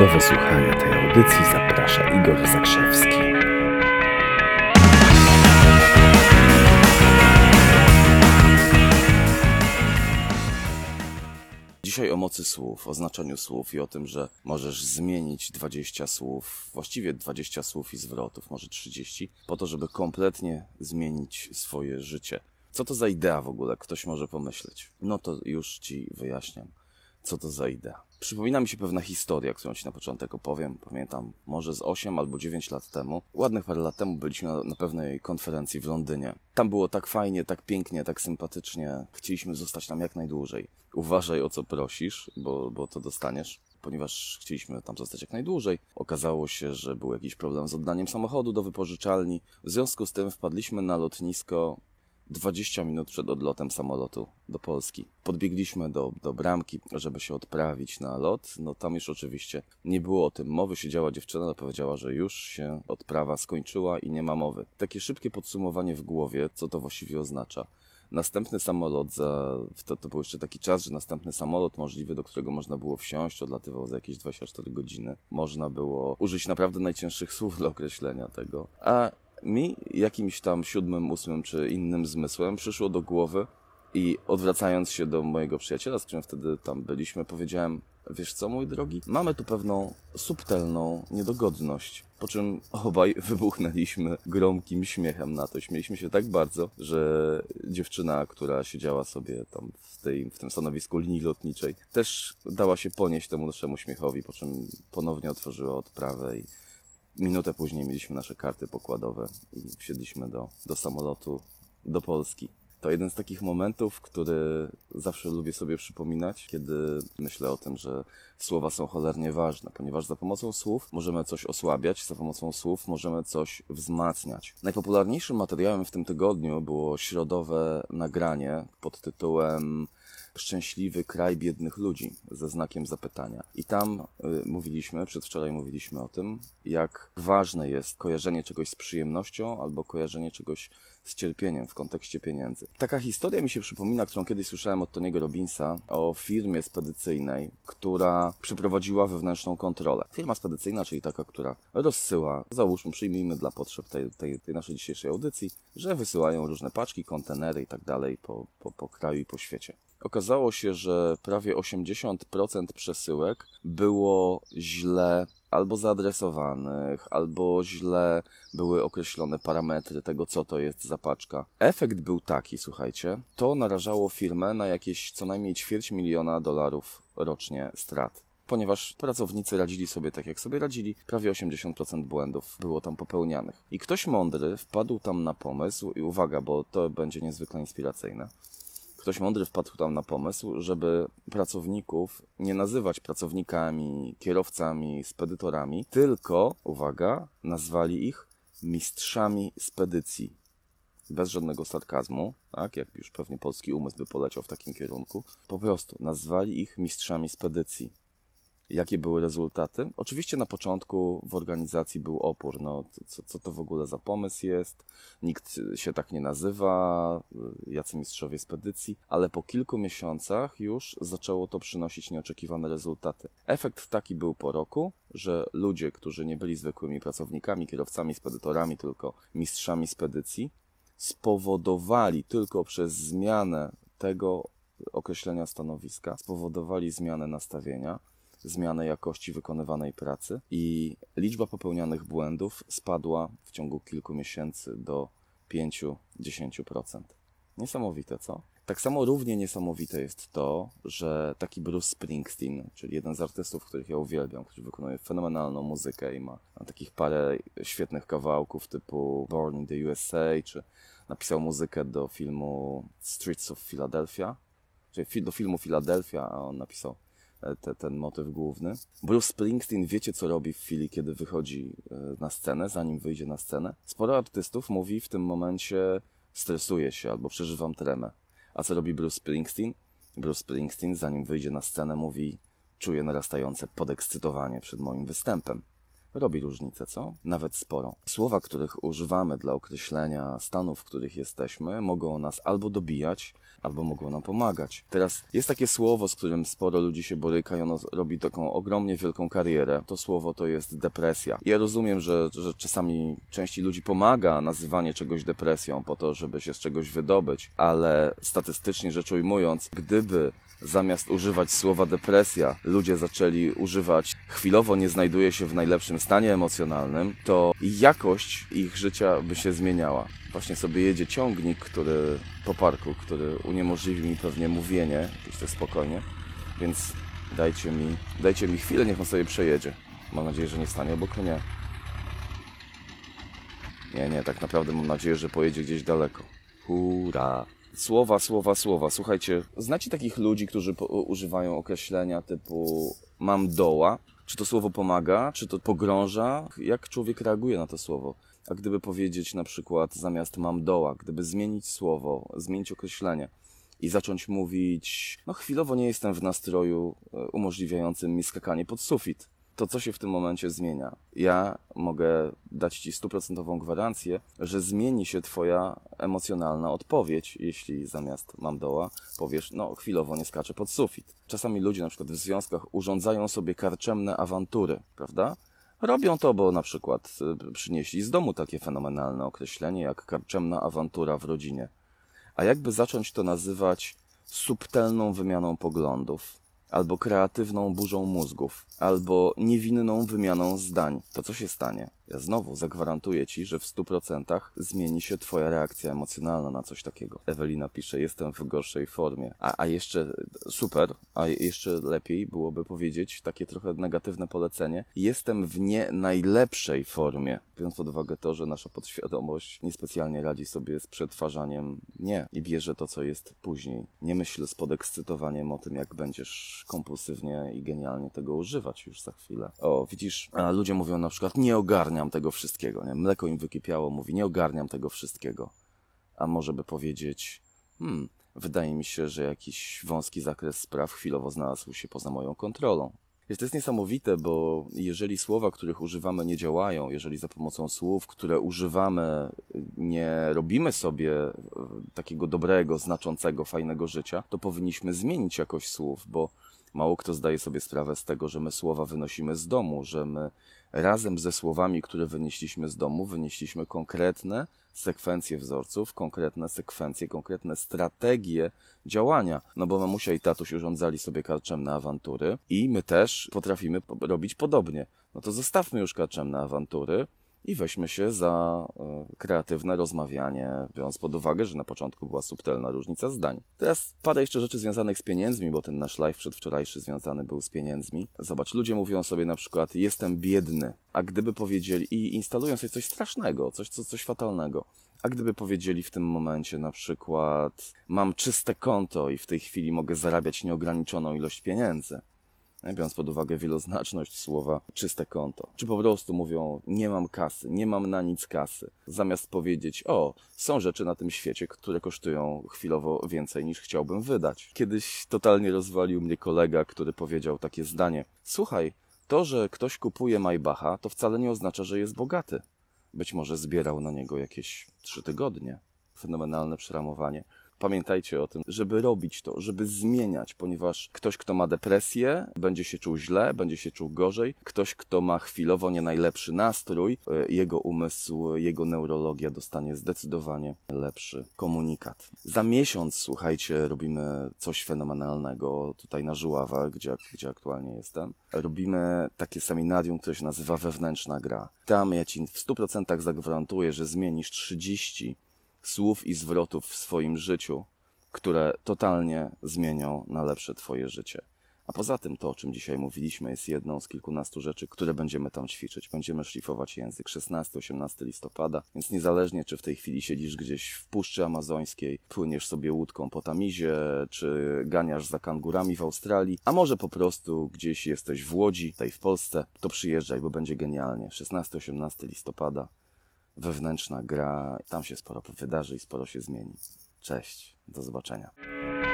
Do wysłuchania tej audycji zaprasza Igor Zakrzewski. Dzisiaj o mocy słów, o znaczeniu słów i o tym, że możesz zmienić 20 słów, właściwie 20 słów i zwrotów, może 30, po to, żeby kompletnie zmienić swoje życie. Co to za idea w ogóle? Ktoś może pomyśleć. No to już Ci wyjaśniam, co to za idea. Przypomina mi się pewna historia, którą Ci na początek opowiem. Pamiętam, może z 8 albo 9 lat temu, ładnych parę lat temu byliśmy na pewnej konferencji w Londynie. Tam było tak fajnie, tak pięknie, tak sympatycznie. Chcieliśmy zostać tam jak najdłużej. Uważaj, o co prosisz, bo to dostaniesz. Ponieważ chcieliśmy tam zostać jak najdłużej, okazało się, że był jakiś problem z oddaniem samochodu do wypożyczalni. W związku z tym wpadliśmy na lotnisko 20 minut przed odlotem samolotu do Polski. Podbiegliśmy do bramki, żeby się odprawić na lot. No tam już oczywiście nie było o tym mowy. Siedziała dziewczyna, ale powiedziała, że już się odprawa skończyła i nie ma mowy. Takie szybkie podsumowanie w głowie, co to właściwie oznacza. Następny samolot, to był jeszcze taki czas, że następny samolot możliwy, do którego można było wsiąść, odlatywał za jakieś 24 godziny. Można było użyć naprawdę najcięższych słów dla określenia tego. A mi jakimś tam 7., 8. czy innym zmysłem przyszło do głowy i odwracając się do mojego przyjaciela, z którym wtedy tam byliśmy, powiedziałem: wiesz co, mój drogi, mamy tu pewną subtelną niedogodność. Po czym obaj wybuchnęliśmy gromkim śmiechem na to. Śmieliśmy się tak bardzo, że dziewczyna, która siedziała sobie tam w tym stanowisku linii lotniczej, też dała się ponieść temu naszemu śmiechowi, po czym ponownie otworzyła odprawę i minutę później mieliśmy nasze karty pokładowe i wsiedliśmy do samolotu do Polski. To jeden z takich momentów, który zawsze lubię sobie przypominać, kiedy myślę o tym, że słowa są cholernie ważne, ponieważ za pomocą słów możemy coś osłabiać, za pomocą słów możemy coś wzmacniać. Najpopularniejszym materiałem w tym tygodniu było środowe nagranie pod tytułem Szczęśliwy kraj biednych ludzi, ze znakiem zapytania. I tam przedwczoraj mówiliśmy o tym, jak ważne jest kojarzenie czegoś z przyjemnością albo kojarzenie czegoś z cierpieniem w kontekście pieniędzy. Taka historia mi się przypomina, którą kiedyś słyszałem od Tony'ego Robbinsa o firmie spedycyjnej, która przeprowadziła wewnętrzną kontrolę. Firma spedycyjna, czyli taka, która rozsyła, załóżmy, przyjmijmy dla potrzeb tej naszej dzisiejszej audycji, że wysyłają różne paczki, kontenery i tak dalej po kraju i po świecie. Okazało się, że prawie 80% przesyłek było źle albo zaadresowanych, albo źle były określone parametry tego, co to jest za paczka. Efekt był taki, słuchajcie, to narażało firmę na jakieś co najmniej $250,000 rocznie strat. Ponieważ pracownicy radzili sobie tak, jak sobie radzili, prawie 80% błędów było tam popełnianych. I ktoś mądry wpadł tam na pomysł, i uwaga, bo to będzie niezwykle inspiracyjne, ktoś mądry wpadł tam na pomysł, żeby pracowników nie nazywać pracownikami, kierowcami, spedytorami, tylko, uwaga, nazwali ich mistrzami spedycji. Bez żadnego sarkazmu, tak, jak już pewnie polski umysł by poleciał w takim kierunku. Po prostu nazwali ich mistrzami spedycji. Jakie były rezultaty? Oczywiście na początku w organizacji był opór. No, co to w ogóle za pomysł jest? Nikt się tak nie nazywa, jacy mistrzowie spedycji, ale po kilku miesiącach już zaczęło to przynosić nieoczekiwane rezultaty. Efekt taki był po roku, że ludzie, którzy nie byli zwykłymi pracownikami, kierowcami, spedytorami, tylko mistrzami spedycji, spowodowali tylko przez zmianę tego określenia stanowiska, spowodowali zmianę nastawienia, zmianę jakości wykonywanej pracy i liczba popełnianych błędów spadła w ciągu kilku miesięcy do 5-10%. Niesamowite, co? Tak samo równie niesamowite jest to, że taki Bruce Springsteen, czyli jeden z artystów, których ja uwielbiam, który wykonuje fenomenalną muzykę i ma takich parę świetnych kawałków typu Born in the USA, czy napisał muzykę do filmu Streets of Philadelphia, czyli do filmu Philadelphia, a on napisał ten motyw główny. Bruce Springsteen, wiecie co robi w chwili, kiedy wychodzi na scenę, zanim wyjdzie na scenę? Sporo artystów mówi w tym momencie: stresuję się albo przeżywam tremę. A co robi Bruce Springsteen? Bruce Springsteen, zanim wyjdzie na scenę, mówi: czuję narastające podekscytowanie przed moim występem. robi różnicę, co? Nawet sporo. Słowa, których używamy dla określenia stanów, w których jesteśmy, mogą nas albo dobijać, albo mogą nam pomagać. Teraz jest takie słowo, z którym sporo ludzi się boryka i ono robi taką ogromnie wielką karierę. To słowo to jest depresja. Ja rozumiem, że czasami części ludzi pomaga nazywanie czegoś depresją po to, żeby się z czegoś wydobyć, ale statystycznie rzecz ujmując, gdyby zamiast używać słowa depresja, ludzie zaczęli używać chwilowo nie znajduje się w najlepszym stanie emocjonalnym, to jakość ich życia by się zmieniała. Właśnie sobie jedzie ciągnik, po parku, który uniemożliwi mi pewnie mówienie, jakieś to spokojnie, więc dajcie mi chwilę, niech on sobie przejedzie. Mam nadzieję, że nie stanie obok mnie. Nie, tak naprawdę mam nadzieję, że pojedzie gdzieś daleko. Hurra! Słowa. Słuchajcie, znacie takich ludzi, którzy używają określenia typu mam doła? Czy to słowo pomaga? Czy to pogrąża? Jak człowiek reaguje na to słowo? A gdyby powiedzieć na przykład zamiast mam doła, gdyby zmienić słowo, zmienić określenie i zacząć mówić, no chwilowo nie jestem w nastroju umożliwiającym mi skakanie pod sufit. To co się w tym momencie zmienia? Ja mogę dać Ci 100% gwarancję, że zmieni się Twoja emocjonalna odpowiedź, jeśli zamiast mam doła powiesz, no chwilowo nie skaczę pod sufit. Czasami ludzie na przykład w związkach urządzają sobie karczemne awantury, prawda? Robią to, bo na przykład przynieśli z domu takie fenomenalne określenie jak karczemna awantura w rodzinie. A jakby zacząć to nazywać subtelną wymianą poglądów, albo kreatywną burzą mózgów, albo niewinną wymianą zdań, to co się stanie? Ja znowu zagwarantuję Ci, że w 100% zmieni się Twoja reakcja emocjonalna na coś takiego. Ewelina pisze, jestem w gorszej formie. A jeszcze super, a jeszcze lepiej byłoby powiedzieć takie trochę negatywne polecenie. Jestem w nie najlepszej formie. Biorąc pod uwagę to, że nasza podświadomość niespecjalnie radzi sobie z przetwarzaniem nie i bierze to, co jest później. Nie myśl z podekscytowaniem o tym, jak będziesz kompulsywnie i genialnie tego używać już za chwilę. O, widzisz, a ludzie mówią na przykład, nie ogarniam tego wszystkiego, nie? Mleko im wykipiało, mówi, nie ogarniam tego wszystkiego. A może by powiedzieć, wydaje mi się, że jakiś wąski zakres spraw chwilowo znalazł się poza moją kontrolą. Wiesz, to jest niesamowite, bo jeżeli słowa, których używamy, nie działają, jeżeli za pomocą słów, które używamy, nie robimy sobie takiego dobrego, znaczącego, fajnego życia, to powinniśmy zmienić jakość słów, bo mało kto zdaje sobie sprawę z tego, że my słowa wynosimy z domu, że my razem ze słowami, które wynieśliśmy z domu, wynieśliśmy konkretne sekwencje wzorców, konkretne sekwencje, konkretne strategie działania. No bo mamusia i tatuś urządzali sobie karczemne awantury i my też potrafimy robić podobnie. No to zostawmy już karczemne awantury i weźmy się za kreatywne rozmawianie, biorąc pod uwagę, że na początku była subtelna różnica zdań. Teraz parę jeszcze rzeczy związanych z pieniędzmi, bo ten nasz live przedwczorajszy związany był z pieniędzmi. Zobacz, ludzie mówią sobie na przykład, jestem biedny, a gdyby powiedzieli, i instalują sobie coś strasznego, coś fatalnego, a gdyby powiedzieli w tym momencie na przykład, mam czyste konto i w tej chwili mogę zarabiać nieograniczoną ilość pieniędzy, biorąc pod uwagę wieloznaczność słowa czyste konto. Czy po prostu mówią, nie mam kasy, nie mam na nic kasy. Zamiast powiedzieć, są rzeczy na tym świecie, które kosztują chwilowo więcej niż chciałbym wydać. Kiedyś totalnie rozwalił mnie kolega, który powiedział takie zdanie. Słuchaj, to, że ktoś kupuje Maybacha, to wcale nie oznacza, że jest bogaty. Być może zbierał na niego jakieś 3 tygodnie. Fenomenalne przeramowanie. Pamiętajcie o tym, żeby robić to, żeby zmieniać, ponieważ ktoś, kto ma depresję, będzie się czuł źle, będzie się czuł gorzej. Ktoś, kto ma chwilowo nie najlepszy nastrój, jego umysł, jego neurologia dostanie zdecydowanie lepszy komunikat. Za miesiąc, słuchajcie, robimy coś fenomenalnego tutaj na Żuławach, gdzie aktualnie jestem. Robimy takie seminarium, które się nazywa Wewnętrzna gra. Tam ja Ci w 100% zagwarantuję, że zmienisz 30 słów i zwrotów w swoim życiu, które totalnie zmienią na lepsze Twoje życie. A poza tym to, o czym dzisiaj mówiliśmy, jest jedną z kilkunastu rzeczy, które będziemy tam ćwiczyć. Będziemy szlifować język 16-18 listopada, więc niezależnie, czy w tej chwili siedzisz gdzieś w Puszczy Amazońskiej, płyniesz sobie łódką po Tamizie, czy ganiasz za kangurami w Australii, a może po prostu gdzieś jesteś w Łodzi, tutaj w Polsce, to przyjeżdżaj, bo będzie genialnie. 16-18 listopada. Wewnętrzna gra, tam się sporo wydarzy i sporo się zmieni. Cześć, do zobaczenia.